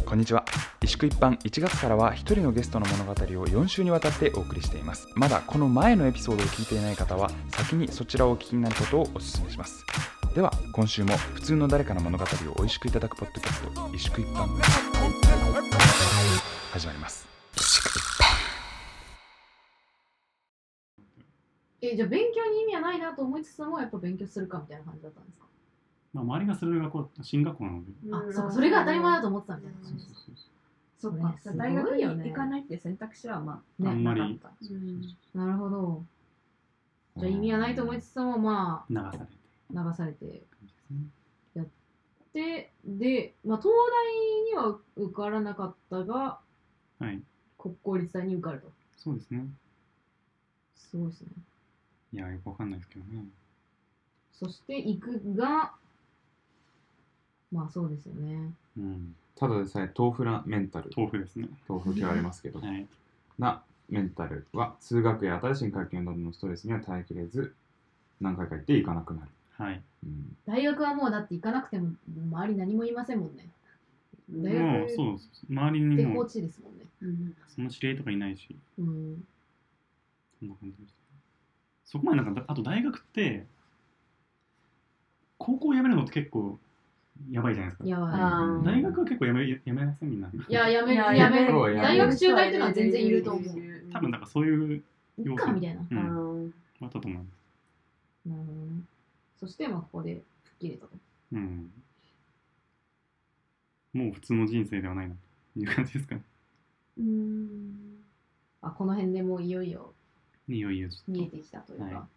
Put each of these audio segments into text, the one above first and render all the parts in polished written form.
こんにちは。萎縮一般1月からは一人のゲストの物語を4週にわたってお送りしています。まだこの前のエピソードを聞いていない方は先にそちらをお聞きになることをお勧めします。では今週も普通の誰かの物語を美味しくいただくポッドキャスト萎縮一般始まります。 じゃあ勉強に意味はないなと思いつつもやっぱ勉強するかみたいな感じだったんですか？ まあ、周りがする学校進学校なので、 そうか、それが当たり前だと思ってたみたいな。 そうか、大学に行かないっていう選択肢はまあ、 あんまりなるほど。じゃあ意味はないと思いつつもまあ流されてやってで、まあ、東大には受からなかったが、 はい、 国公立大に受かると。 そうですね。 すごいですね。 いや、よくわかんないですけどね。 そして行くがまあそうですよね。 うん、ただでさえ豆腐なメンタル、 豆腐ですね。 豆腐嫌われますけど、 はい、 なメンタルは通学や新しい環境などのストレスには耐えきれず何回か行って行かなくなる。 はい。 大学はもうだって行かなくても周り何も言いませんもんね。大学もうそう周りにでも放置ですもんね。 その知り合いとかいないし、 うん、 そんな感じでした。そこまでなんかあと大学って高校辞めるのって結構やばいじゃないですか。 やばい。 大学は結構やめませんみんな。 いややめる。大学中退っていうのは全然いると思う。 多分なんかそういういっかみたいな。 あったと思います。 なるほどね。そしてまあここで吹っ切れたと。 もう普通の人生ではないなという感じですかね。 あ、この辺でもういよいよ見えてきたというか。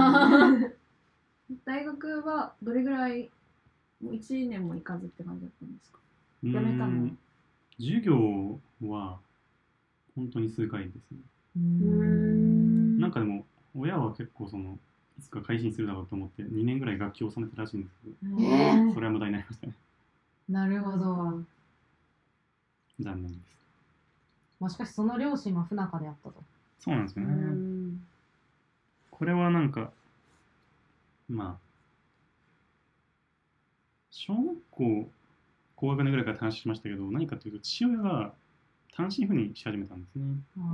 大学はどれぐらいもう1年も行かずって感じだったんですか？やめたの？ 授業は本当に数回ですね。なんかでも親は結構いつか改心するだろうと思って2年ぐらい学期を収めたらしいんですけど、それは無駄になりましたね。 なるほど。 残念です。 まあしかしその両親は不仲であったと。 そうなんですよね。これはなんかまあ小学校高学年ぐらいから話しましたけど、何かというと父親が単身赴任し始めたんですね。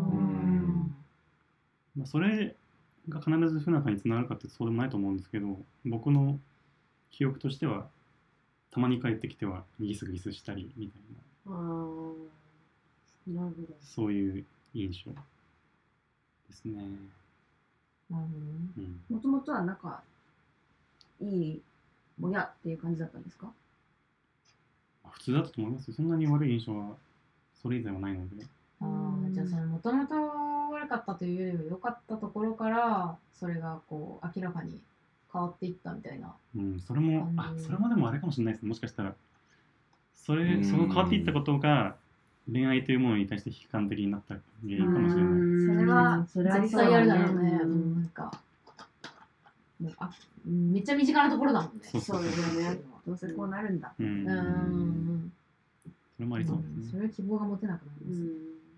まあ、それが必ず不仲につながるかってそうでもないと思うんですけど、僕の記憶としてはたまに帰ってきてはギスギスしたりみたいな、そういう印象ですね。 もともとは仲いい親っていう感じだったんですか？ 普通だったと思います。そんなに悪い印象はそれ以前はないので。 じゃあもともと悪かったというよりは良かったところからそれがこう明らかに変わっていったみたいな。 それもでもあれかもしれないですね。もしかしたらその変わっていったことが恋愛というものに対して悲観的になった原因かもしれない。 それは絶対あるだろうね。なんかもうめっちゃ身近なところだもんね。 そうですよね。どうせこうなるんだ。 それもありそうですね。 それは希望が持てなくなります。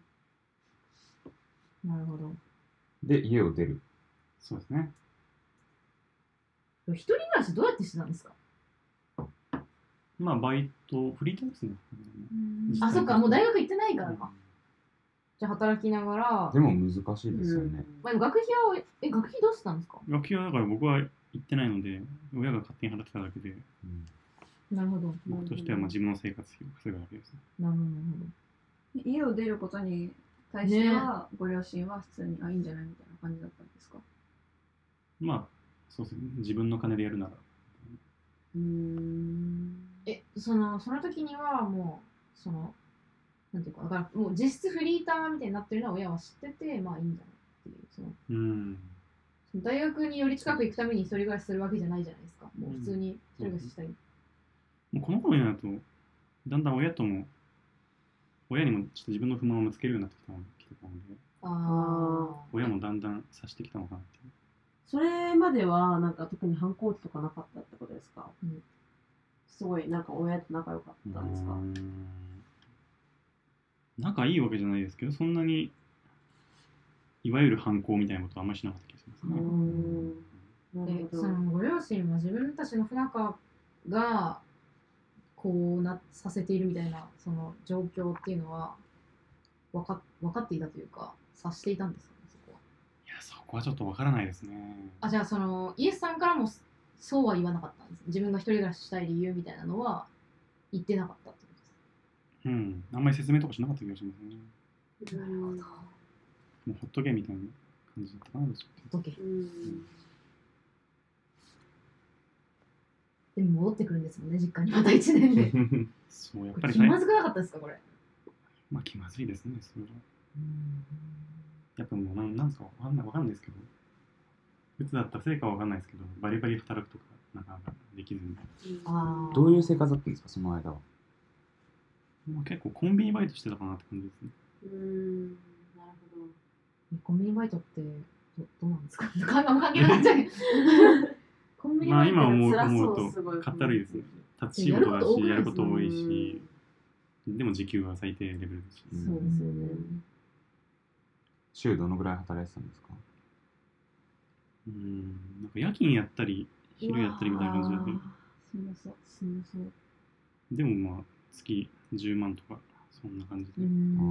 なるほど。 で家を出る。 そうですね。 一人暮らしどうやってしてたんですか？ まあバイトフリーターですね。 あ、そっか、もう大学行ってないからか。じゃあ働きながら。 でも難しいですよね。 まあ、学費は学費どうしてたんですか？ 学費はだから僕は行ってないので親が勝手に払ってただけで。 なるほど。 僕としては自分の生活費を稼ぐだけですね。 なるほど。家を出ることに対しては、ご両親は普通にいいんじゃないみたいな感じだったんですか？ まあそうですね。自分の金でやるなら。 その時にはもうなんていうか、だからもう実質フリーターみたいになってるのは親は知ってて、まあいいんじゃないっていう。その大学により近く行くために一人暮らしするわけじゃないじゃないですか。もう普通に一人暮らししたい。 もうこの頃になるとだんだん親にもちょっと自分の不満をぶつけるようになってきたので、親もだんだん察してきたのかなっていう。 それまではなんか特に反抗期とかなかったってことですか？すごいなんか親と仲良かったんですか？ 仲いいわけじゃないですけど、そんなにいわゆる反抗みたいなことはあんまりしなかった気がしますね。 そのご両親は自分たちの不仲がこうさせているみたいなその状況っていうのは分かっていたというか察していたんですかね、そこは。 いや、そこはちょっとわからないですね。 じゃあそのイエスさんからもそうは言わなかったんです。自分が一人暮らししたい理由みたいなのは言ってなかったってことです。 あんまり説明とかしなかった気がしますね。 なるほど。 もうほっとけみたいな感じだったかな。 ほっとけ。でも戻ってくるんですもんね、実家にまた1年で。 そう、やっぱり気まずくなかったですか、これ。 まあ気まずいですね、それは。やっぱもうなんですかわかんないですけど、いつだったせいかわかんないですけど、バリバリ働くとかなかなかできずに。 どういう生活だったんですか、その間は。 まあ、結構コンビニバイトしてたかなって感じですね。 なるほど。 コンビニバイトってどうなんですか？関係なくなっちゃう。コンビニまあバイト今思うすごいとかったるいですね。立ち仕事だし、やること多いし、でも時給は最低レベルだし。 そうですよね。 週どのぐらい働いてたんですか？ なんか夜勤やったり、昼やったりみたいな感じだけど。 すみません。 でもまあ月10万とかそんな感じで。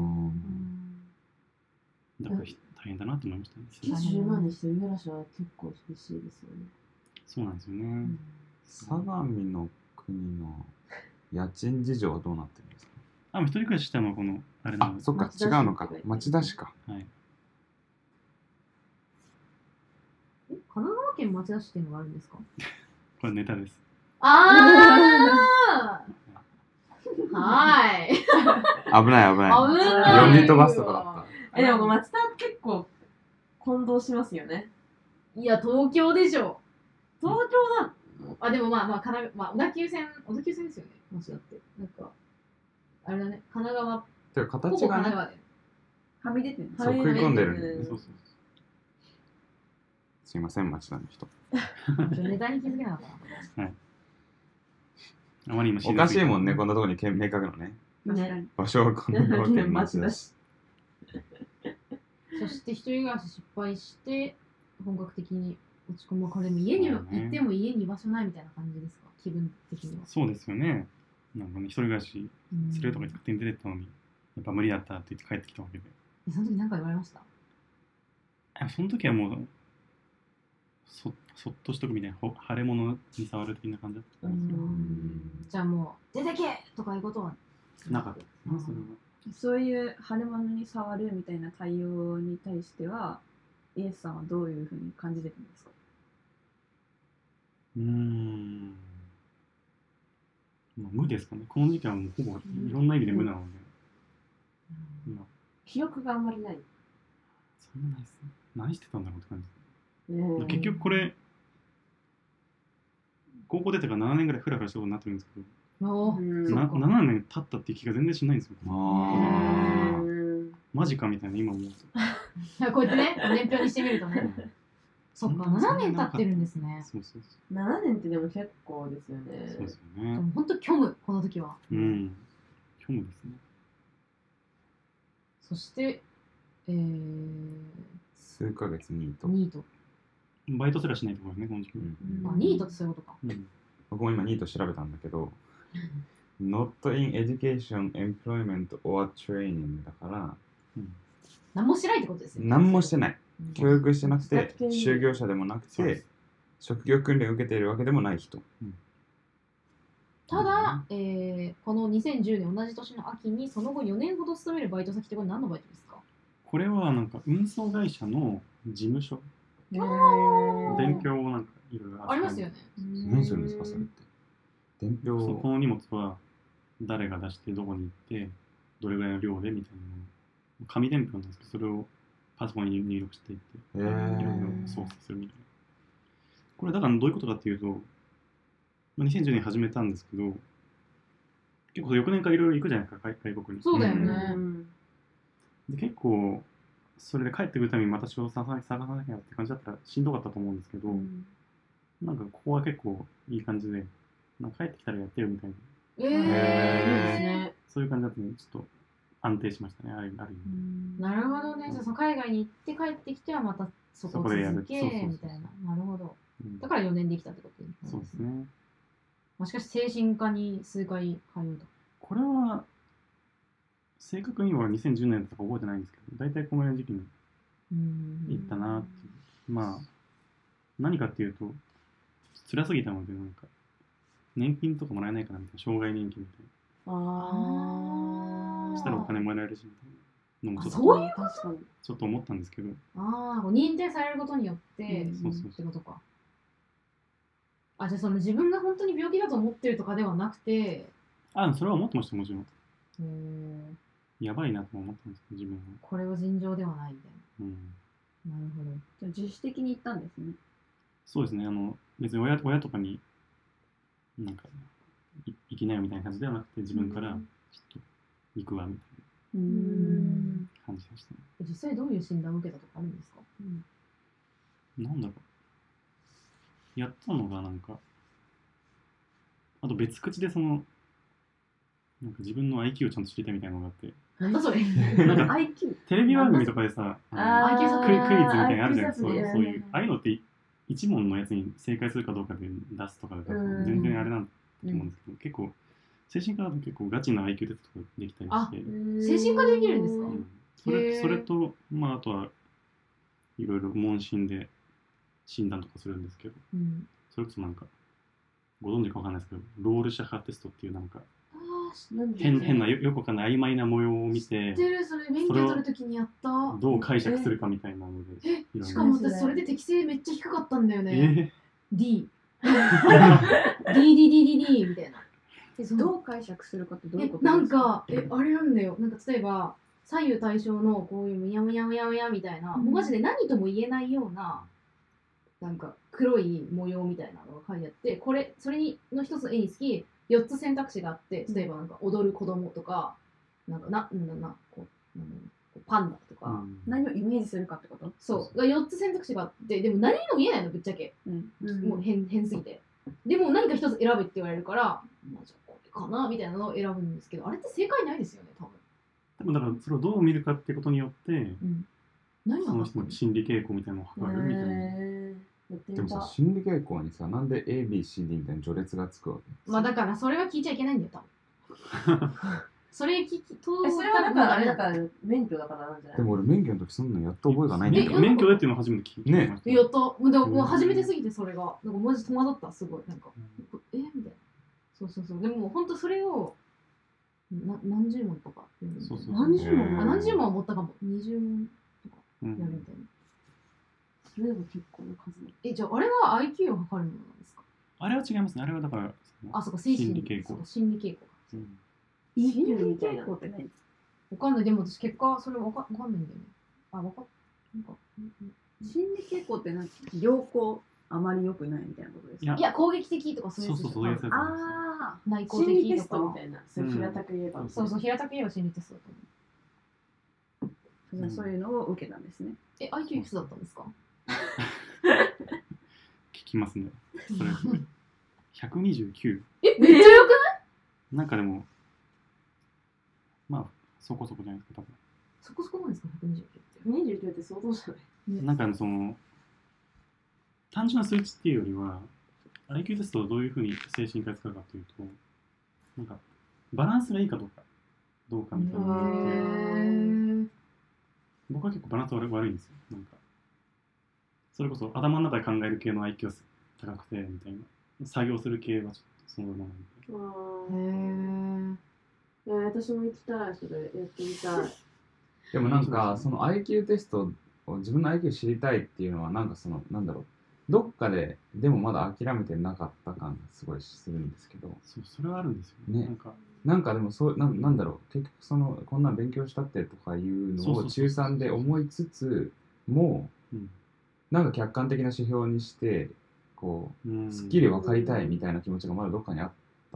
だから大変だなと思いましたね。 月10万にして一人暮らしは結構厳しいですよね。 そうなんですよね。 相模の国の家賃事情はどうなってるんですか？ 一人暮らししたのはこのあれなんです。 そっか、違うのか。町田市か。 はい。 神奈川県町田市っていうのがあるんですか？ これネタです。 はい。 危ない。呼び飛ばすとこだった。 でも町田結構混同しますよね。 いや、東京でしょ。 東京だ。 でもまあ小田急線ですよね。町田って。なんか、あれだね、神奈川。 てか形ほぼがね、 神奈川で。 はみ出てる。 そう食い込んでる。 そう。 すいません、町田の人。 ネタに気づけなかったな。 はい。あまり今おかしいもんね、こんなところに県名書くのね。場所は神奈川県町田市。 そして一人暮らし失敗して本格的に落ち込む。これでも家に行っても家に居場所ないみたいな感じですか、気分的には。そうですよね。なんかね、一人暮らしするとか言って勝手に出てったのに、やっぱ無理だったって言って帰ってきたわけで。 その時何か言われました？ その時はもうそっとしとくみたいな、腫れ物に触る的な感じだったんですよ。 じゃあもう出てけとかいうことはなかったですね、それは。 そういう腫れ物に触るみたいな対応に対しては、イエスさんはどういうふうに感じてるんですか？ 無ですかね。この時期はもうほぼいろんな意味で無なので。 記憶があんまりない。 そんなないですね。何してたんだろうって感じ。結局これ、高校出てから7年ぐらいフラフラしたことになってるんですけど、7年経ったっていう気が全然しないんですよ。マジかみたいな今思うと。 こうやってね、年表にしてみるとね。そっか、7年経ってるんですね。 そう。 7年ってでも結構ですよね。 そうですよね。 本当虚無、この時は。 虚無ですね。 そして、 数ヶ月ニート。 バイトすらしないところね、この時期。 ニートってそういうことか。 僕も今ニート調べたんだけど、Not in education, employment or training だから、 何もしてないってことですよね。 何もしてない。教育してなくて、就業者でもなくて、職業訓練を受けているわけでもない人。 ただ、この2010年同じ年の秋にその後4年ほど勤めるバイト先ってこれ何のバイトですか？ これはなんか運送会社の事務所。伝票をなんかいろいろありますよね。 何するんですか、それって。伝票を。 この荷物は誰が出してどこに行ってどれぐらいの量でみたいな紙伝票なんですけど、それをパソコンに入力していっていろいろ操作するみたいな。これだからどういうことかっていうと、2010年始めたんですけど、結構翌年からいろいろ行くじゃないですか、外国に。 そうだよね。 で結構それで帰ってくるためにまた仕事探さなきゃって感じだったらしんどかったと思うんですけど、なんかここは結構いい感じで、なんか帰ってきたらやってるみたいな。そういう感じだったので、ちょっと安定しましたね、ある意味。 なるほどね。じゃあその海外に行って帰ってきてはまたそこを続けみたいな。なるほど。だから4年できたってことですね。 そうですね。 もしかして精神科に数回通うと。 これは正確には2010年とか覚えてないんですけど、大体この時期に行ったなっていう。まあ何かっていうと辛すぎたので、なんか年金とかもらえないかなみたいな、障害年金みたいな。したらお金もらえるしみたいなのもちょっとそういう確かに。 ちょっと思ったんですけど、 認定されることによってってことか。じゃあその自分が本当に病気だと思ってるとかではなくて、 それは思ってました、もちろん。やばいなとも思ったんですけど、自分は。 これは尋常ではないみたいな。なるほど。 じゃあ自主的に行ったんですね。 そうですね。別に親とかになんか行きなよみたいな感じではなくて、自分からちょっと行くわみたいな感じでしたね。 実際どういう診断を受けたとかあるんですか？ なんだろう。やったのがなんか、あと別口でなんか自分の IQ をちゃんと知りたいみたいなのがあって。 なんだそれ？ なんか IQ？ テレビ番組とかでさ、クイズみたいなのあるじゃないですか。そういう、ああいうのって一問のやつに正解するかどうかで出すとかだと全然あれなんだと思うんですけど、結構精神科だと結構ガチな IQ テストができたりして。 精神科でできるんですか？ それと、あとはいろいろ問診で診断とかするんですけど、それこそなんかご存知かわかんないですけど、ロールシャッハテストっていうなんか変なよくわかんない曖昧な模様を見て、 それ免許取るときにやった。 どう解釈するかみたいなので。 しかも私それで適正めっちゃ低かったんだよね。D。D みたいな。 どう解釈するかってどういうことですか？なんかあれなんだよ。なんか例えば左右対称のこういうむやむやむやむやみたいな、もうマジで何とも言えないようななんか黒い模様みたいなのが書いてあって、それの一つの絵につき4つ選択肢があって、例えばなんか踊る子供とか、なんかパンダとか、 何をイメージするかってこと？ そうが4つ選択肢があって、でも何も見えないのぶっちゃけ、もう変すぎて、でも何か一つ選べって言われるから、じゃあこれかなみたいなのを選ぶんですけど、あれって正解ないですよね多分。 だからそれをどう見るかってことによって、 何その人の心理傾向みたいなのを測るみたいな。 でもさ、心理傾向にさ、なんで ABCD みたいな序列がつくわけ？ だからそれは聞いちゃいけないんだよ多分。それはだからあれだから免許だからなんじゃない？ でも俺免許の時そんなのやった覚えがないんだけど。 免許でっていうのを初めて聞いてました。 やった。もう初めてすぎてそれがなんかマジ戸惑った。すごいなんかみたいな。そうでも本当それを何十問とか何十問は持ったかも。20問とかやるみたいな。 それでも結構な数。 じゃああれは IQ を測るものなんですか？ あれは違いますね。あれはだからそうか、 心理傾向。 心理傾向。 心理傾向って何？ わかんない。でも私結果それわかんないんだよね。なんか心理傾向って良好、あまり良くないみたいなことですか？ いや攻撃的とかそういうやつ。 そういうやつ。 内向心理テ的とかストみたいな。平たく言えば。 そう平たく言えば心理テストだと思う。そういうのを受けたんですね。 IQ いくつだったんですか？ 聞きますね。それ129。 めっちゃよくない？ なんかでもそこそこじゃないですか多分。 そこそこなんですか129って。 29って相当じゃない？ なんか単純な数値っていうよりは IQ テストをどういうふうに精神科で使うかというと、なんかバランスがいいかどうかみたいな。僕は結構バランス悪いんですよ。なんかそれこそ頭の中で考える系の IQ が高くてみたいな、作業する系はちょっとそのままみたいな。 私も行きたい。それやってみたい。 でもなんかその IQ テストを自分の IQ 知りたいっていうのはなんかなんだろう、どっかででもまだ諦めてなかった感がすごいするんですけど。 それはあるんですよね。なんかでもなんだろう、結局こんな勉強したってとかいうのを中3で思いつつも、なんか客観的な指標にしてこうすっきり分かりたいみたいな気持ちがまだどっかにあった。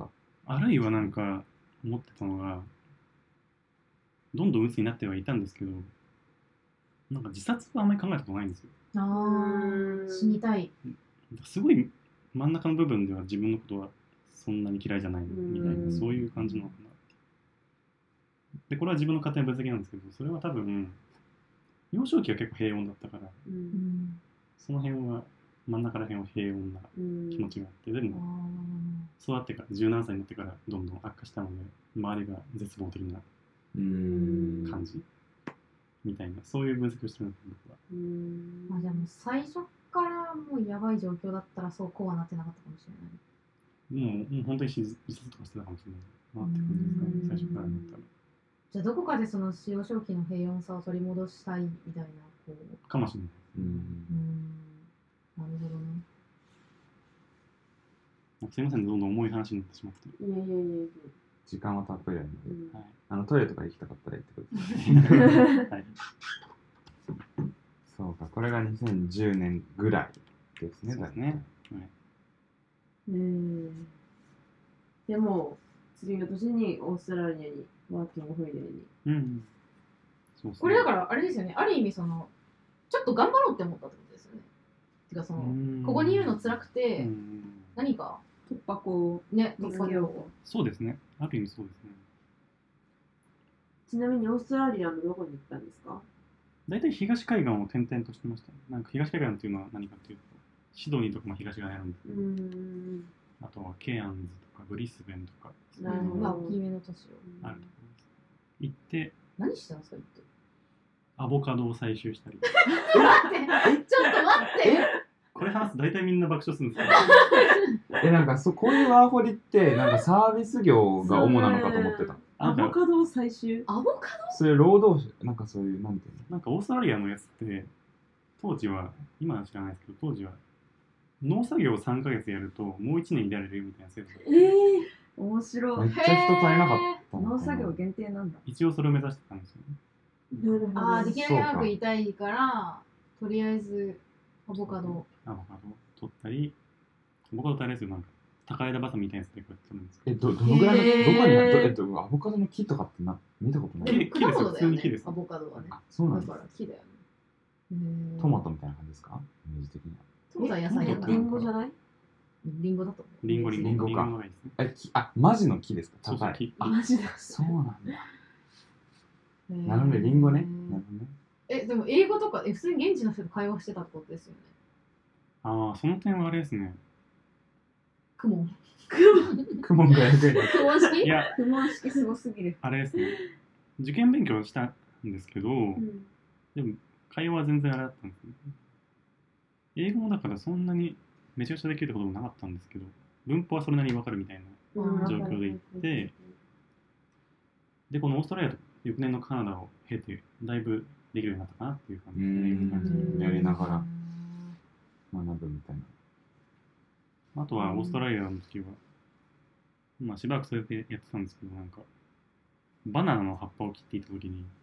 あるいはなんか思ってたのが、どんどん鬱になってはいたんですけど、なんか自殺はあんまり考えたことないんですよ。 死にたい。 すごい真ん中の部分では自分のことはそんなに嫌いじゃないみたいな、そういう感じなのかなって。でこれは自分の勝手な分析なんですけど、それは多分幼少期は結構平穏だったから、その辺は真ん中ら辺は平穏な気持ちがあって、でもそうやってから17歳になってからどんどん悪化したので、周りが絶望的な感じみたいな、そういう分析をしてるんです僕は。 まあじゃあもう最初からもうやばい状況だったらこうはなってなかったかもしれない。 もう本当に自殺とかしてたかもしれないなって感じですかね、最初から思ったら。 じゃあどこかでその幼少期の平穏さを取り戻したいみたいなこうかもしれない。 なるほどね。 すいません、どんどん重い話になってしまって。 いやいやいや。 時間はたっぷりあるので、 はい、 トイレとか行きたかったら行ってください。はい、そうか、これが2010年ぐらいですね。 そうですね。はい、 でも次の年にオーストラリアにワーキングホリデーに。 そうですね、 これだからあれですよね。ある意味そのちょっと頑張ろうって思ったってことですよね。てかそのここにいるの辛くて何か突破口ね、 見つけようと。 そうですね。ある意味そうですね。 ちなみにオーストラリアのどこに行ったんですか？ 大体東海岸を転々としてました、ね。なんか東海岸っていうのは何かっていうと、シドニーとかも東側にあるんですけど、あとはケアンズとかブリスベンとか、 まあ大きめの都市をあるところです。行って何してたんですか？行ってアボカドを採集したり。 待ってちょっと待ってこれ話すと大体みんな爆笑するんですけどなんかこういうワーホリってなんかサービス業が主なのかと思ってた。 アボカドを採集？ アボカド？ そういう労働者、なんかそういう、なんていうの？ なんかオーストラリアのやつって当時は、今は知らないですけど、当時は農作業を3ヶ月やるともう1年いられるみたいな制度。 面白い。 めっちゃ人足りなかったのかな。 農作業限定なんだ。 一応それを目指してたんですよね。 なるほど。 ああ、できるだけ長くいたいからとりあえずアボカドを取ったり、アボカドとあれですよ、なんか高枝バサミみたいなやつでこうやって取るんですけど。 どのぐらいの、どこにアボカドの木とかって見たことない。 木ですよ、普通に木です。 アボカドはね。 あ、そうなんだから木だよね。 トマトみたいな感じですか？イメージ的には。 トマトは野菜だから。 リンゴじゃない？ リンゴだと思う。 リンゴか。 がいいですね。 マジの木ですか？ そうそう、木。 マジだ。 そうなんだ。なるほど、リンゴね。なるほどね。 でも英語とか、普通に現地の人と会話してたってことですよね。 ああ、その点はあれですね。 クモンが役にクモン式？ いや、 クモン式すごすぎる。 あれですね。受験勉強したんですけど、でも会話は全然あれだったんですね。英語もだからそんなにめちゃくちゃできることもなかったんですけど、文法はそれなりに分かるみたいな状況で行って、で、このオーストラリアと翌年のカナダを経て、だいぶできるようになったかなっていう感じですね。 やりながら学ぶみたいな。あとはオーストラリアの時は、まあしばらくそれでやってたんですけど、なんか、バナナの葉っぱを切っていた時に、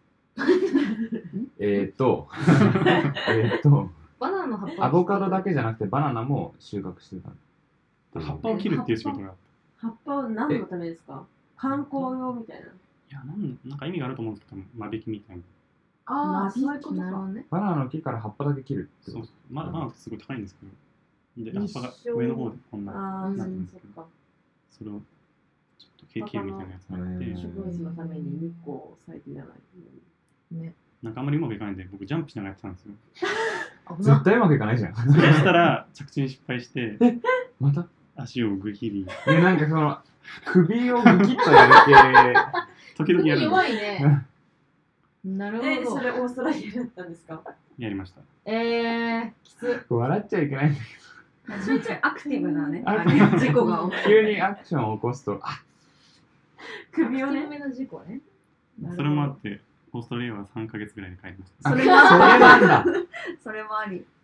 バナナの葉っぱアボカドだけじゃなくてバナナも収穫してた。 葉っぱを切るっていう仕事があって。 葉っぱは何のためですか？観光用みたいな。 いや、なんか意味があると思うんですけど、間引きみたいな。 ああ、そういうことか。 バナナの木から葉っぱだけ切るってこと。 そう。まだバナナってすごい高いんですけど、で、葉っぱが上の方でこんななってるんですけど、それをちょっとケーキみたいなやつがあって、 植物のために日光を咲いていらないね。 なんかあんまりうまくいかないんで、僕ジャンプしながらやってたんですよ。 絶対うまくいかないじゃん。 そしたら着地に失敗して、 また足をグキリ。 なんかその首をグキッとやる系、時々やるんで。 弱いね。なるほど。 それオーストラリアだったんですか？ やりました。 きつ。 笑っちゃいけないんだけど。ちょいちょいアクティブなね。 事故が急にアクションを起こすと、 首をね。 目の事故ね。 それもあって、オーストラリアは3ヶ月ぐらいで帰りました。 それなんだ。 それもあり。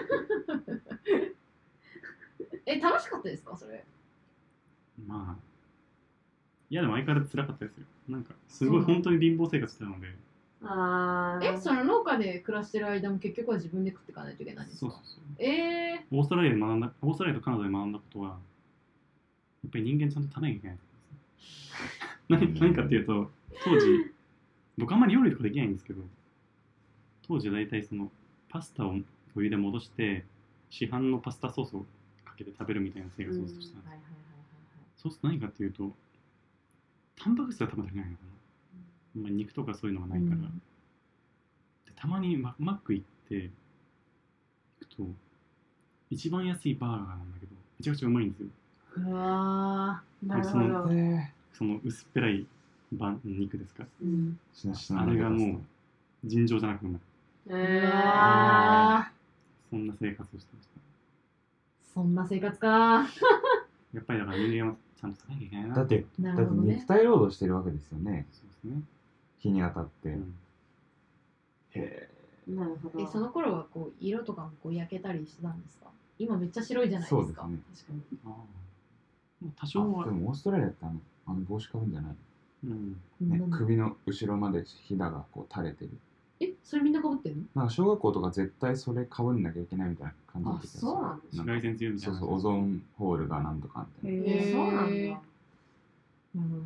楽しかったですかそれ？ まあ、いやでも相変わらず辛かったですよ。なんかすごい本当に貧乏生活してたので。 その農家で暮らしてる間も結局は自分で食っていかないといけないんですか？ そう。 オーストラリアとカナダで学んだことは、やっぱり人間ちゃんと食べなきゃいけないです。何かっていうと、当時、僕あんまり料理とかできないんですけど、当時は大体そのパスタをお湯で戻して、市販のパスタソースをかけて食べるみたいな生活をしてたんです。そうすると何かっていうと、タンパク質が多分足りないのかな。肉とかそういうのがないから。でたまにマック行くと、 一番安いバーガーなんだけどめちゃくちゃうまいんですよ。 うわなるほど。 その薄っぺらい肉ですか、 しなしなあれがもう尋常じゃなくうまい。 うわそんな生活をしてました。 そんな生活かやっぱりだから人間はちゃんと食べなきゃいけないな。 だってなるほどね肉体労働してるわけですよね、 そうですね。 日に当たって、 うんへなるほど。 その頃はこう色とかもこう焼けたりしてたんですか？今めっちゃ白いじゃないですか。 そうですね。 確かに。 ああ多少はでもオーストラリアってあの帽子かぶんじゃない、 うんねなんだ首の後ろまでひだがこう垂れてる。 それみんなかぶってんの？ なんか小学校とか絶対それかぶんなきゃいけないみたいな感じだった気がする。 あそうなんですなんか紫外線強いみたいな。 そうそう、オゾンホールがなんとかみたいな。 へーそうなんだ。 なるほどね。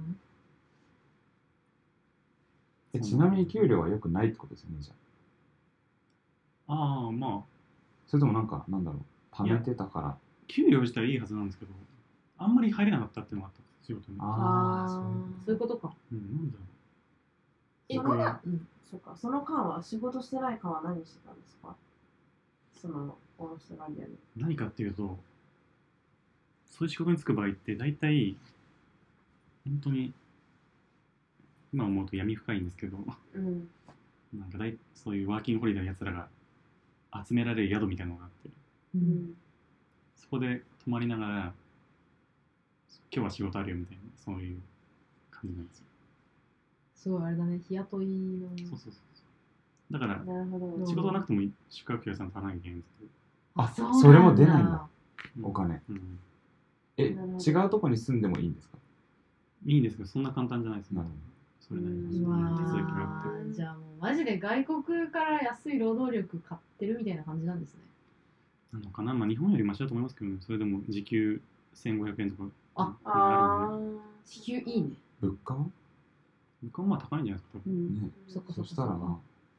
ちなみに給料は良くないってことですよね、じゃあ。 ああまあそれともなんか、なんだろう、貯めてたから。 給料自体はいいはずなんですけど、あんまり入れなかったっていうのがあったんです、仕事に。 ああ、 そういうことか。 なんだろえ、 それはそうか、その間は仕事してない間は何してたんですか？そのオーストラリアで。 う。何かっていうと、そういう仕事に就く場合って大体、本当に、今思うと闇深いんですけど、 うん。 なんかそういうワーキングホリデーのやつらが集められる宿みたいなのがあって、そこで泊まりながら、今日は仕事あるよみたいな、そういう感じなんですよ。 すごいあれだね、日雇いの。 そうそうそう。だから、 なるほど。 仕事がなくても宿泊費はちゃんと払わなきゃいけないんですけど、 あ、 そうなんだそれも出ないんだ、お金。 うん違なるほどうとこに住んでもいいんですか？ いいんですけど、そんな簡単じゃないですねなるほ。 それなりにうわ手続きがあって。 ーじゃあもうマジで外国から安い労働力買ってるみたいな感じなんですね。 なのかな、まあ日本よりマシだと思いますけど、ね、それでも時給1500円とかああるんで、 時給いいね。 物価は物価もまあ高いんじゃないですか、多分。 ね、 そっかそっかそしたらまあ、そう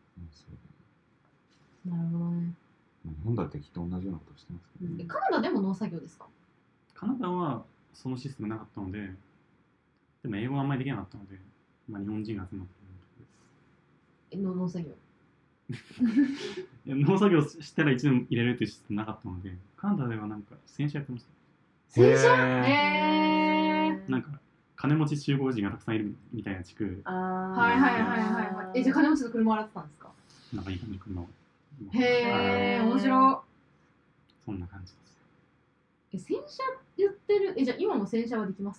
なるほどね。 だね。日本だってきっと同じようなことしてますけど、 カナダでも農作業ですか？ カナダはそのシステムなかったので、でも英語はあんまりできなかったので、まあ日本人が集まってる農作業。 いや農作業したら1年入れるというシステムなかったので、カナダではなんか洗車やってました。 洗車？ へーなんか金持ち集合人がたくさんいるみたいな地区、 はいはいはいはいはい。じゃあ金持ちの車洗ってたんですか？ なんかいい感じの車を。 へー、面白そんな感じです。 い。洗車やってる。じゃあ今も洗車はできます？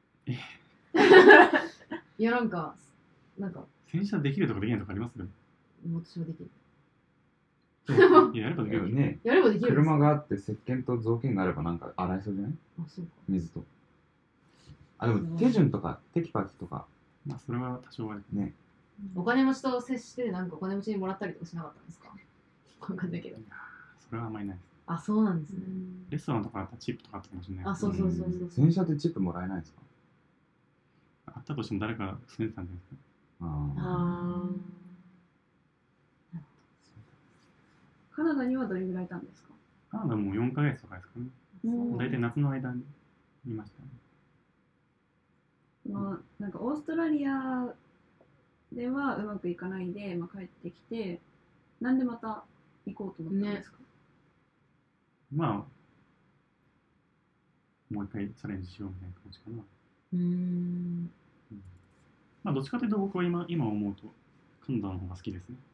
いやなんか洗車できるとかできないとかありますよね。 私はできる。 いや、やればできる。 ね、 やればできるんですか？ 車があって石鹸と雑巾があればなんか洗えそうじゃない？ あ、そうか。 水と。あ、でも手順とかテキパキとかまあ、それは多少はね。 お金持ちと接してなんかお金持ちにもらったりとかしなかったんですか？わかんないけど。 それはあんまりないです。 あ、そうなんですね。 レストランとかだったらチップとかあったかもしれない。 あ、そうそうそうそう。 洗車ってチップもらえないんですか？ あったとしても誰か住んでたんじゃないですか。 あカナダにはどれぐらいいたんですか？ カナダもう4ヶ月とかですかね。大体夏の間にいましたね。 なんかオーストラリアではうまくいかないで、帰ってきて、なんでまた行こうと思ったんですか？ まあ、もう一回チャレンジしようみたいな感じかな。まあ、どっちかというと僕は今思うと、カナダの方が好きですね。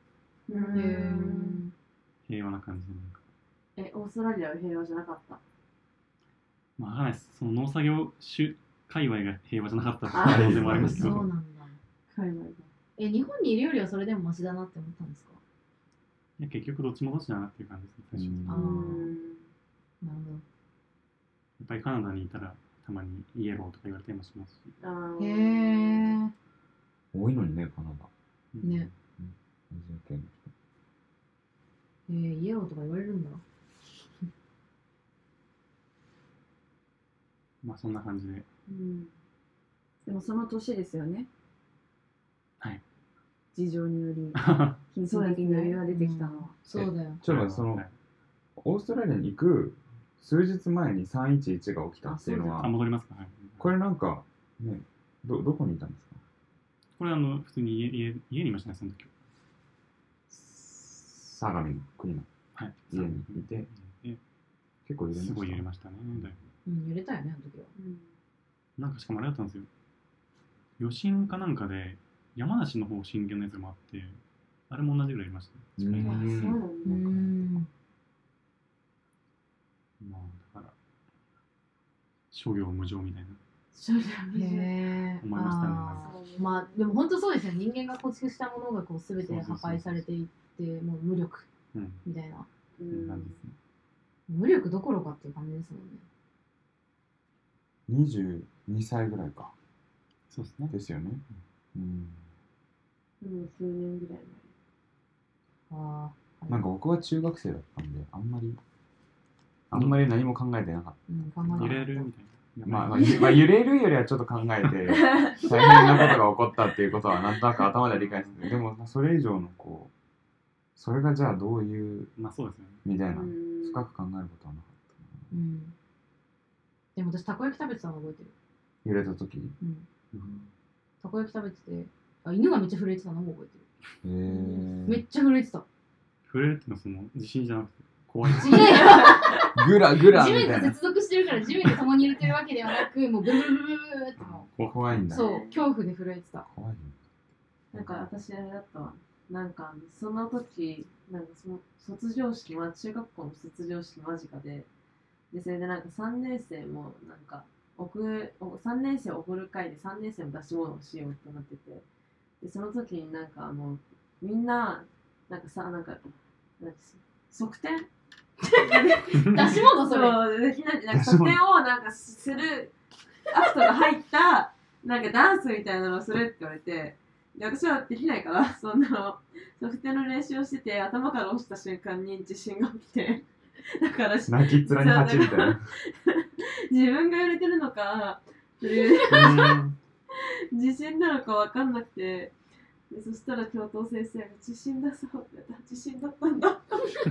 平和な感じでなんか。 オーストラリアは平和じゃなかった？ まあ、わかんないです。その農作業界隈が平和じゃなかったってあ可能性もありますけど。 そうなんだ。 海外が。 日本にいるよりはそれでもマシだなって思ったんですか？ いや結局どっちもどっちだなっていう感じですね、最初。 ああ、なるほど。 やっぱりカナダにいたらたまにイエローとか言われたりもしますし。 へえ。 多いのにね、カナダ。 ね。 アジア系の人。 イエローとか言われるんだ。 まあそんな感じで。 でもその年ですよね。 はい。 事情により、金銭的に余裕が出てきたのは。 そうだよ。 ちょっとその、オーストラリアに行く数日前に311が起きたっていうのは、 戻りますか？はい。 これなんか、ね、どこにいたんですか？ これ普通に家にいましたね、その時は。 相模の国のはい。 家にいて、 結構揺れました。 すごい揺れましたね。だい揺れたよね、あの時は。 ぶなんかしかもあれだったんですよ。余震かなんかで山梨の方震源のやつもあって、あれも同じぐらいいましたね。まあだから諸行無常みたいな。 へ思いましたね。 まあでも本当そうですよ。人間が構築したものがこう全て破壊されていってもう無力みたいな感じですね。 無力どころかっていう感じですもんね。 22歳ぐらいか。 そうですね。 ですよね。 数年ぐらい前。 なんか僕は中学生だったんで、あんまり何も考えてなかった。 揺れるみたいな。 まあ揺れるよりはちょっと考えて大変なことが起こったっていうことはなんとなく頭で理解してて、でもそれ以上のこうそれがじゃあどういうそうですよねみたいな深く考えることはなかったな。 でも私たこ焼き食べてたの覚えてる。 揺れた時、 たこ焼き食べてて犬がめっちゃ震えてたのも覚えてる。めっちゃ震えてた。 震えるっていうのはその地震じゃなくて怖い。 グラグラみ地たいな。 面と接続してるから地面と共に揺れてるわけではなく、もうブルブルブルブルってもう怖いんだ。 そう恐怖で震えてた。 怖い。 なんか私あれだったわ。なんかその時なんかその卒業式、中学校の卒業式間近で、それでなんか3年生もなんか3年生を送る会で3年生の出し物をしようとなってて、でその時になんかみんななんかさなんか側転出し物それ。 そうでなんか側転をなんかするアクトが入ったなんかダンスみたいなのをするって言われて、で私はできないからそんなの側転の練習をしてて、頭から落ちた瞬間に地震が起きて、だから泣きっ面に蜂みたいな。 自分が揺れてるのか地震なのか分かんなくて、でそしたら教頭先生が地震だそうって言ったら、地震だったんだ。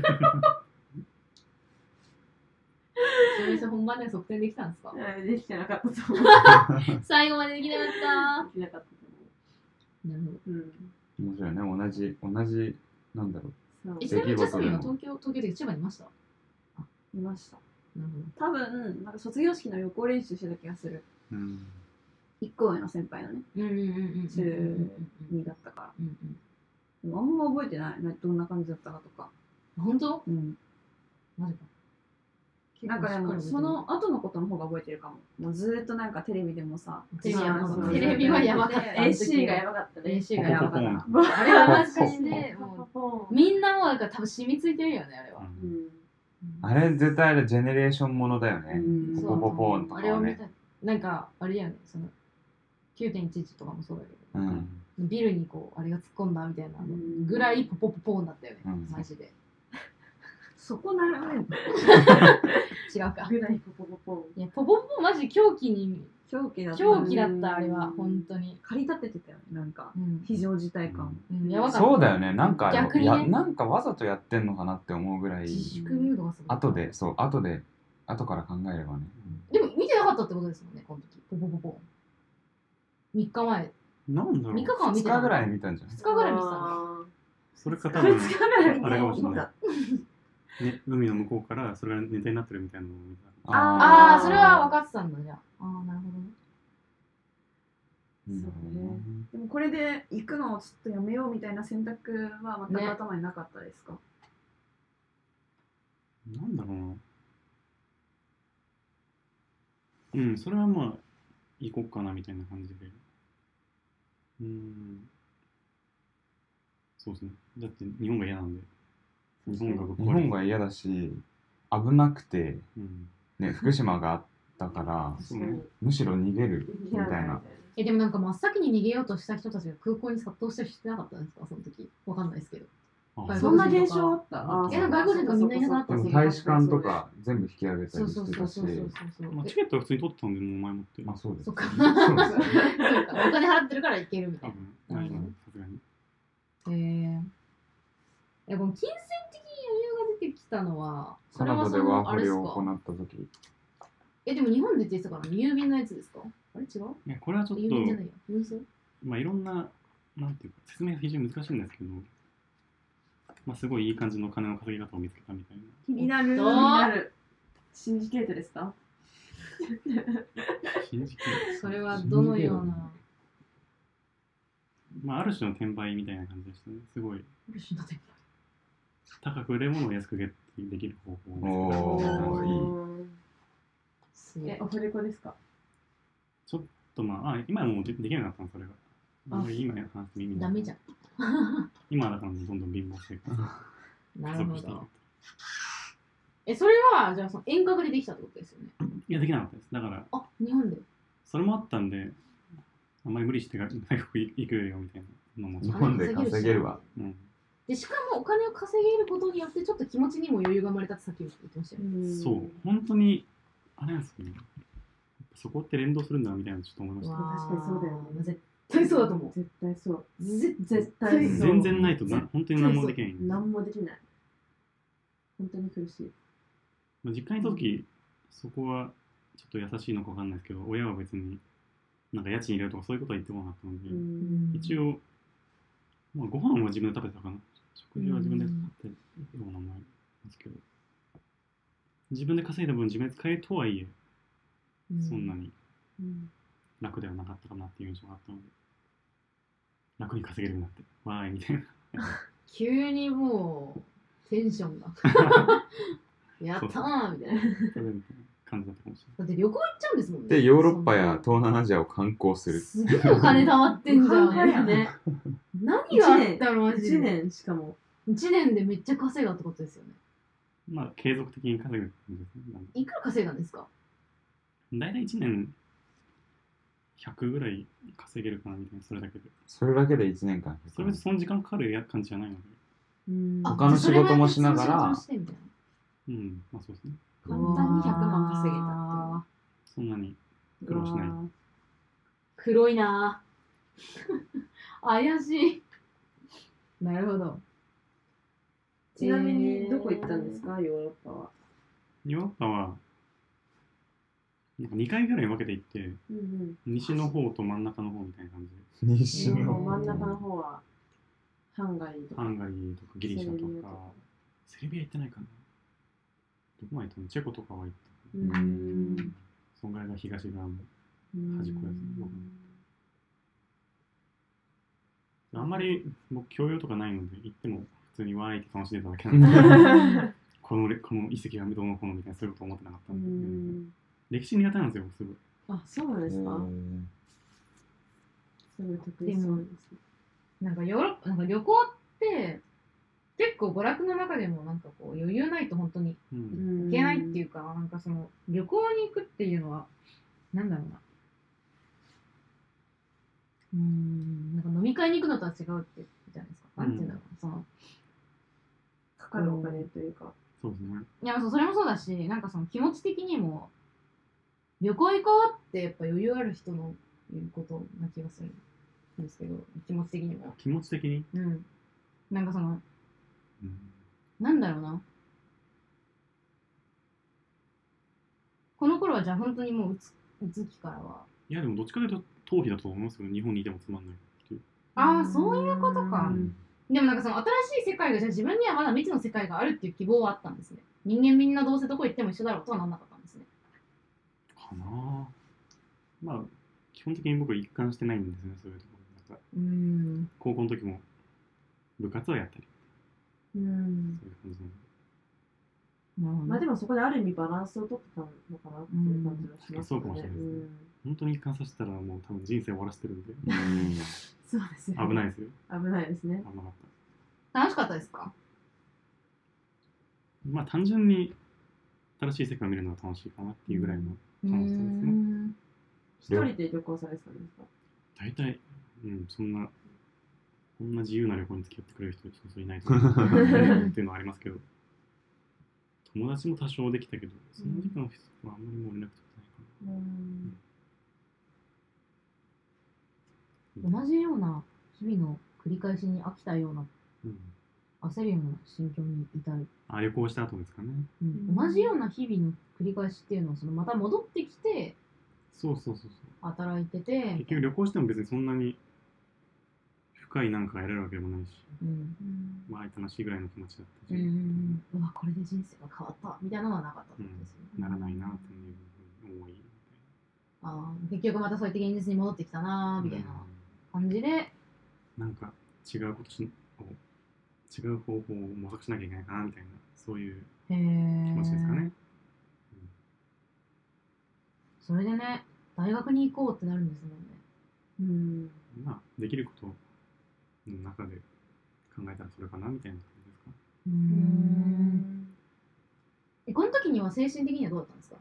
本番で側転できたんですか？ できてなかったと思う。 最後までできなかった。 できなかったと思う。なるほど。 面白いね。同じなんだろう。 ちなみにジャスミンは東京で千葉にいました？ いました。 なるほど。 多分なんか卒業式の予行練習してた気がする。1個上の先輩のね。中2だったから。でもあんま覚えてない。どんな感じだったかとか。 本当？マジか。 なんかでもその後のことの方が覚えてるかも。もうずーっとなんかテレビでもさ、 テレビはやばかった。 AC がやばかったね。 AC がやばかった。あれはマジでみんなもなんか多分染みついてるよね、あれは。 あれ絶対あれジェネレーションものだよね。ポポポーンとかね。 あれを見た。なんかあれだよね、その 9.11 とかもそうだけど、ビルにこうあれが突っ込んだみたいなぐらいポポポポーンだったよね、マジで。 そこならないの違うか。 ぐらいポポポポン。いや、ポポポポマジ狂気だった、あれは、本当に。 駆り立ててたよね、なんか。非常事態感。 そうだよね、なんか逆になんかわざとやってんのかなって思うぐらい。 自粛ムードがすごい。 後から考えればね。 でも見てなかったってことですもんね、この時。ポポポポ。3日前。 なんだろう。 3日間は見てた。 2日ぐらい見たんじゃない？ 2日ぐらい見てたの。 それか多分、あれかもしれない。ね、海の向こうからそれがネタになってるみたいなのを見た。 ああ、それは分かってたんだ、じゃあ。ああ、なるほどね。 そうね。でもこれで行くのをちょっとやめようみたいな選択は全く頭になかったですか？ なんだろうな。それはまあ、行こっかなみたいな感じで。そうですね。だって日本が嫌なんで。 日本が嫌だし、危なくて、ね、福島があったから、むしろ逃げるみたいな。 でもなんか真っ先に逃げようとした人たちが空港に殺到したりしてなかったんですか、その時。わかんないですけど。 そんな現象あった？ 外国人がみんないなくなったんですよ。 大使館とか全部引き上げたりしてたし。 チケットは普通に取ってたんで、もう前もって。 まあそうです。 そうか。お金払ってるから行けるみたいな。 さすがに。 この金銭的に余裕が出てきたのは、 カナダでワーホリを行った時。 でも日本で出てたから郵便のやつですか？あれ違う？ いや、これはちょっと、 郵便じゃないよ。郵送？ まあいろんな、なんていうか、説明が非常に難しいんですけど、まあすごいいい感じの金の稼ぎ方を見つけたみたいな。 気になる。 シンジケートですか？ シンジケート。 それはどのような。 まあ、ある種の転売みたいな感じでしたね。すごい。 ある種の転売。 高く売れるものを安くゲットできる方法ですけど。 おいい。オフレコですか？ ちょっとまあ、今はもうできなかったの、それが。今話す意味ダメじゃん。 今だからどんどん貧乏生活をな加速している。 るほど。それはじゃあその遠隔でできたってことですよね。 いや、できなかったです。だから、 あ、日本で。 それもあったんで、あんまり無理して外国行くよみたいなのも。 日本で稼げるわ。 で、しかもお金を稼げることによってちょっと気持ちにも余裕が生まれたってさっき言ってましたよね。 そう、本当に、あれなんですよね。そこって連動するんだみたいなちょっと思いました。 確かにそうだよね。 絶対そうだと思う。 絶対そう。 絶対そう。 全然ないと本当に何もできない。 何もできない。本当に苦しい。 実家にいた時、そこはちょっと優しいのかわかんないですけど、親は別になんか家賃入れるとかそういうことは言ってこなかったので、一応、まあ、ご飯は自分で食べてたかな。食事は自分で買ってるようなものなんですけど、自分で稼いだ分自分で使えるとはいえ、そんなに楽ではなかったかなっていう印象があったので、楽に稼げるようになって、わーいみたいな。 急にもうテンションがやったーみたいな感じだったかもしれない。 だって旅行行っちゃうんですもんね。 で、ヨーロッパや東南アジアを観光する。 すげえお金貯まってんじゃん。 ね。 何があったのマジで。 1年しかも。 1年でめっちゃ稼いだってことですよね。 まあ、継続的に稼ぐって感じですね。 いくら稼いだんですか？ 大体1年100ぐらい稼げるかなみたいな、それだけで。 それだけで1年間。 それ別にその時間かかる感じじゃないので。 他の仕事もしながら。 まあそうですね。 簡単に100万稼げたってそんなに苦労しない。 黒いな怪しい。なるほど。 ちなみにどこ行ったんですか、ヨーロッパは。 ヨーロッパはなんか2回ぐらい分けて行って、西の方と真ん中の方みたいな感じで。西の方。真ん中の方はハンガリーとかギリシャとか。セルビア行ってないかな。どこまで行ったの？チェコとかは行った。そんぐらいが東側の端っこですね。あんまり僕教養とかないので行っても普通にわーいって楽しんでただけなんですけどこの遺跡がどうのこうのみたいなそういうこと思ってなかったんで、歴史苦手なんですよ、すごい。 あ、そうなんですか。すごい得意そうですね。 なんかヨーロッパ、なんか旅行って結構娯楽の中でもなんかこう余裕ないと本当にいけないっていうか、なんかその旅行に行くっていうのはなんだろうな。なんか飲み会に行くのとは違うってじゃないですか。なんていうんだろう、そのかかるお金というか。 そうですね。 いや、それもそうだし、なんかその気持ち的にも旅行行こうってやっぱ余裕ある人の言うことな気がするんですけど、気持ち的にも。 気持ち的に？ なんかその、なんだろうな。この頃はじゃあ本当にもううつきからは。 いやでもどっちかというと逃避だと思いますけど、日本にいてもつまんないっていう。 ああ、そういうことか。でもなんかその新しい世界がじゃあ自分にはまだ未知の世界があるっていう希望はあったんですね。人間みんなどうせどこ行っても一緒だろうとはなんなかったんですね。 かなぁ。まあ基本的に僕は一貫してないんですね、そういうところ。なんか高校の時も部活はやったり。そういう感じなので。 まあでもそこである意味バランスを取ってたのかなっていう感じがしますね。 そうかもしれないですね。本当に一貫させたらもう多分人生終わらせてるんで。 そうですよ。 危ないですよ。 危ないですね。 危なかった。楽しかったですか？ まあ単純に新しい世界を見るのが楽しいかなっていうぐらいの楽しさですね。 一人で旅行されてたんですか？ 大体、そんな自由な旅行に付き合ってくれる人そういないと思うっていうのはありますけど、友達も多少できたけど、その時の人はあんまりもう連絡取ってないかな。同じような日々の繰り返しに飽きたような、焦るような心境に至る。 旅行した後ですかね。 同じような日々の繰り返しっていうのはそのまた戻ってきて、 そう。 働いてて、 結局旅行しても別にそんなに深いなんかが得られるわけでもないし、まあ相楽しいぐらいの気持ちだったし、 うわこれで人生が変わったみたいなのはなかったんですよね。 ならないなっていう思い。 結局またそうやって現実に戻ってきたなみたいな感じで、 なんか違う方法を模索しなきゃいけないかなみたいな、そういう気持ちですかね。 それでね、大学に行こうってなるんですもんね。 まあできることの中で考えたらそれかなみたいな感じですか。 この時には精神的にはどうだったんですか？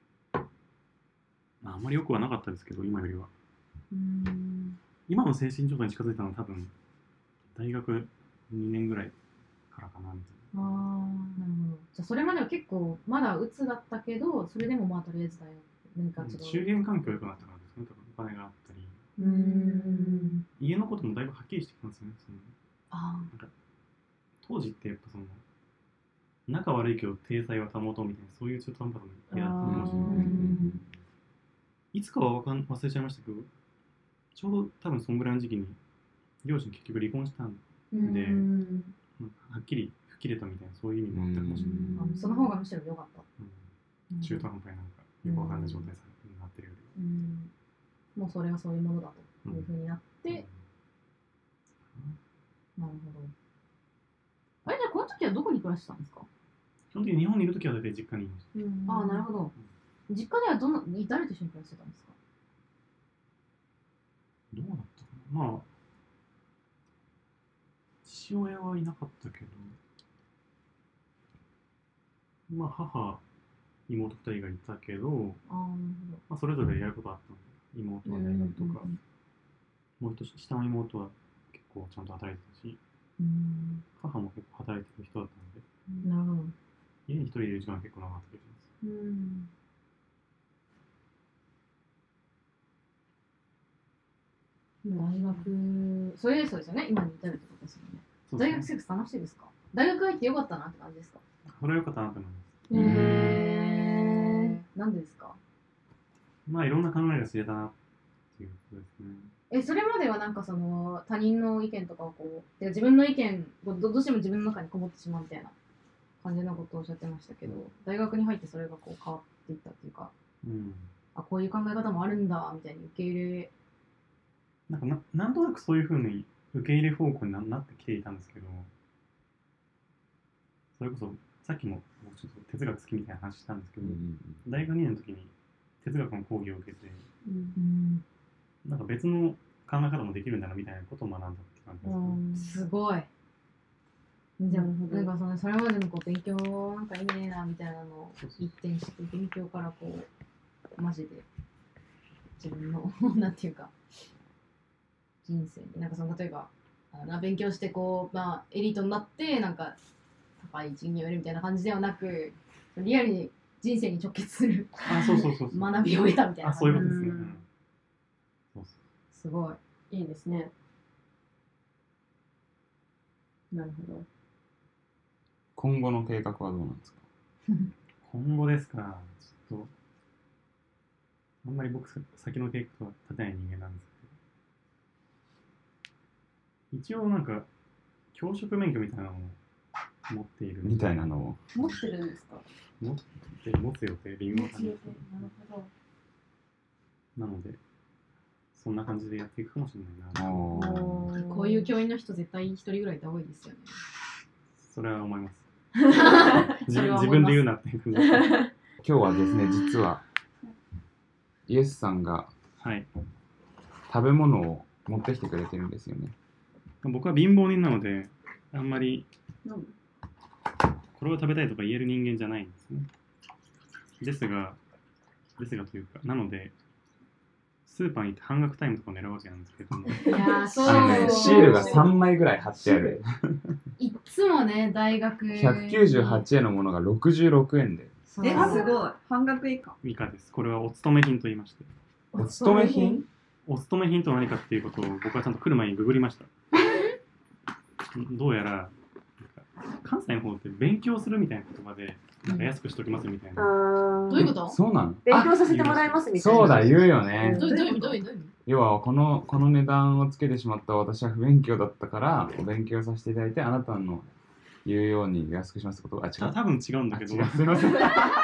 あんまり良くはなかったですけど、今よりは。今の精神状態に近づいたのは多分大学2年ぐらいからかなみたいな。 なるほど。じゃあそれまでは結構まだ鬱だったけど、それでもまあとりあえず大学何か違う。 周辺環境良くなったからですね。多分お金があったり。家のこともだいぶはっきりしてきたんですよね。なんか当時ってやっぱその仲悪いけど体裁は保とうみたいな、そういう中途半端な嫌だったかもしれない。いつかは忘れちゃいましたけど、ちょうど多分そのぐらいの時期に両親結局離婚したんで、はっきり吹っ切れたみたいな、そういう意味もあったかもしれない。 その方がむしろ良かった。 中途半端になんかよくわかんない状態になってるよりもうそれはそういうものだというふうになって、なるほど。あれじゃあこの時はどこに暮らしてたんですか？ 基本的に日本にいる時は大体実家にいました。 なるほど。実家では誰と一緒に暮らしてたんですか？ どうだったかな。まあ父親はいなかったけど、まあ母妹2人がいたけど、まあ、それぞれやることあったので、妹は大学とか、もう一つ下の妹は結構ちゃんと働いてたし、母も結構働いてる人だったので、 なるほど。 家に一人でいる時間は結構長かった気がします。 大学、そうですよね、今に至るってことですよね。大学生活楽しいですか？大学入ってよかったなって感じですか？ それはよかったなと思います。 なんでですか？ まあいろんな考えが知れたなっていうことですね。 それまではなんかその他人の意見とかをこう、自分の意見をどうしても自分の中にこもってしまうみたいな感じのことをおっしゃってましたけど、大学に入ってそれがこう変わっていったっていうか、こういう考え方もあるんだみたいに受け入れ、 なんとなくそういうふうに受け入れ方向になってきていたんですけど、それこそさっきもちょっと哲学好きみたいな話したんですけど、大学2年の時に哲学の講義を受けて、なんか別の考え方もできるんだなみたいなことを学んだって感じですね。 すごい。じゃあなんかそれまでのこう勉強なんか意味ねえなみたいなのを一転して勉強からこうマジで自分のなんていうか人生になんかその例えば勉強してこうエリートになってなんか高い賃金を得るみたいな感じではなく、リアルに人生に直結する学びを得たみたいな。 そういうことですね。 すごいいいですね。なるほど。 今後の計画はどうなんですか？ 今後ですか。ちょっとあんまり僕先の計画は立てない人間なんですけど、一応なんか教職免許みたいなのを持っているみたいなのを持ってるんですか？ 持つ予定、理由は感じです。 なるほど。 なのでそんな感じでやっていくかもしれないな。 こういう教員の人絶対一人ぐらいいた方がいいですよね。 それは思います。自分で言うなっていう今日はですね、実はイエスさんが食べ物を持ってきてくれてるんですよね。 僕は貧乏人なのであんまりこれを食べたいとか言える人間じゃないんですね。ですがというか、なのでスーパーに行って半額タイムとかを狙うわけなんですけども、 シールが3枚ぐらい貼ってある。 いっつもね、大学 198円のものが66円で。 すごい。半額以下。 以下です。これはお勤め品と言いまして。 お勤め品？ お勤め品とは何かっていうことを僕はちゃんと来る前にググりました。どうやら関西の方って勉強するみたいな言葉でなんか安くしときますみたいな、 どういうこと？ そうなの？ 勉強させてもらいますみたいな。 そうだ、言うよね。 どういう意味？ 要はこの値段をつけてしまった私は不勉強だったからお勉強させていただいてあなたの言うように安くしますってこと？あ、違う。 多分違うんだけど、 すいません。 違う。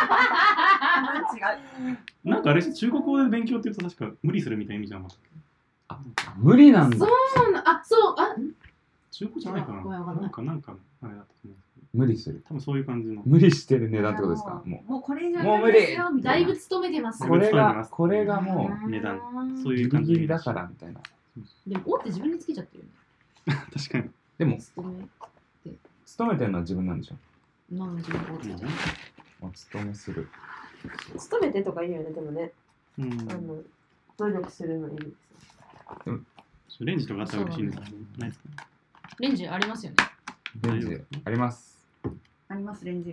なんかあれ中国語で勉強って言うと確か無理するみたいな意味じゃなかったっけ？ 無理なんだ。 そうな、あ、そう、あ、 中国じゃないかな。 ごめんわかんないなんかあれだったと思うんですけど、 無理する。 多分そういう感じの。 無理してる値段ってことですか？ もうこれ以上もう無理ですよみたいな。 だいぶ勤めてます。 これがも値段そうういう感じギリギリだからみたいな。 でも、大って自分でつけちゃってるよね。 確かに。 でも勤め、 勤めてるのは自分なんでしょ？ なんで自分で大手じゃん。 お勤めする。 勤めてとか言うよね、でもね。 うん。 努力するのいいですよ。 レンジとかあったら嬉しいんですけど、ないですか？ レンジありますよね。 レンジあります。 ありますレンジ。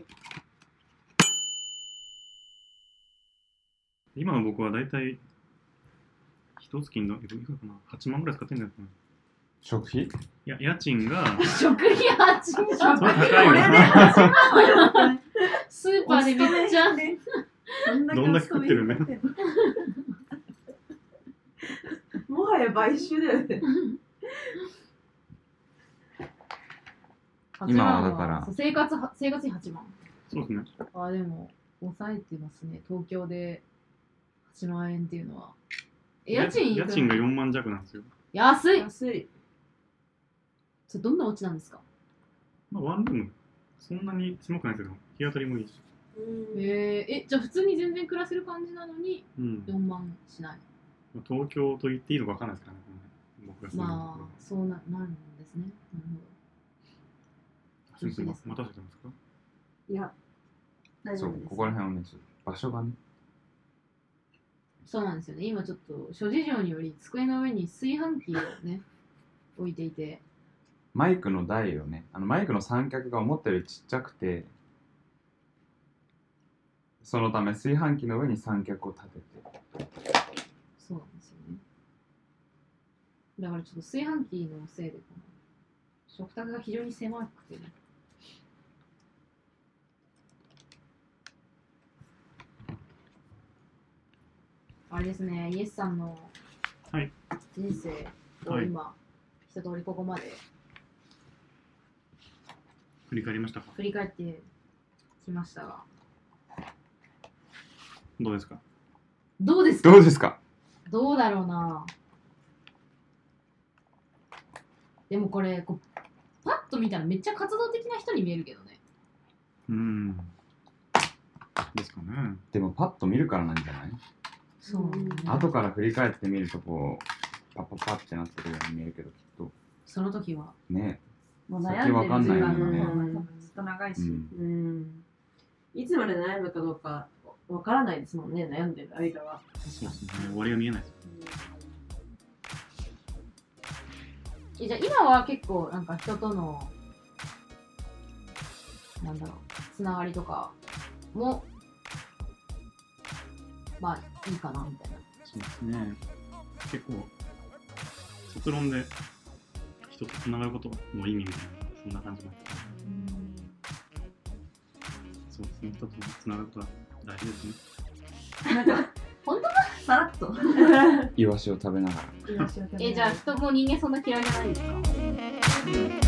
今の僕はだいたい一月のいくらかな、8万ぐらい使ってんじゃないかな。 食費？ いや、家賃が食費8 それ万。 高いよ。 スーパーでめっちゃ。 どんだけ食ってるね。 もはや買収だよね。 今はだからそう生活費8万。 そうですね。 あ、でも、抑えてますね。東京で8万円っていうのは。家賃いくら？ 家賃が4万弱なんですよ。 安い。 安い。 それどんなお家なんですか？ まあ、ワンルーム、そんなに狭くないですけど、日当たりもいいし。 じゃあ普通に全然暮らせる感じなのにうん。 4万しない。 東京と言っていいのか分かんないですからね、僕が住んでるまあ、そうなるんですね。なるほど。 すみません、待たせてますか？ いや、大そう丈夫です。 ここら辺をねちょっと場所がね。 そうなんですよね。今ちょっと諸事情により机の上に炊飯器をね、置いていて。 マイクの台をね、マイクの三脚が思ったよりちっちゃくて、そのため炊飯器の上に三脚を立てて。 そうなんですよね。だからちょっと炊飯器のせいでこの食卓が非常に狭くてね。あれですね、イエスさんのはい人生を今、一通りここまで振り返りましたか？ 振り返ってきましたが、 どうですか？ どうですか？ どうですか？ どうだろうな。でもこれパッと見たらめっちゃ活動的な人に見えるけどね。 ですかね。 でもパッと見るからなんじゃない？ そう、 後から振り返ってみるとこうパッパッパってなってるように見えるけどきっとその時はね。 もう悩んでる時間先わかんないのもんね方がずっと長いし。 いつまで悩むかどうかわからないですもんね、悩んでる間は。 そうですね。終わりが見えないです。 じゃあ今は結構なんか人とのなんだろうつながりとかもまあいいかなみたいな。 そうですね。結構卒論で人とつながることの意味みたいな、そんな感じもあって、そうですね。人とつながることは大事ですね。 本当？ さらっと。 イワシを食べながら。 じゃあ人も人間そんな嫌いじゃないですか？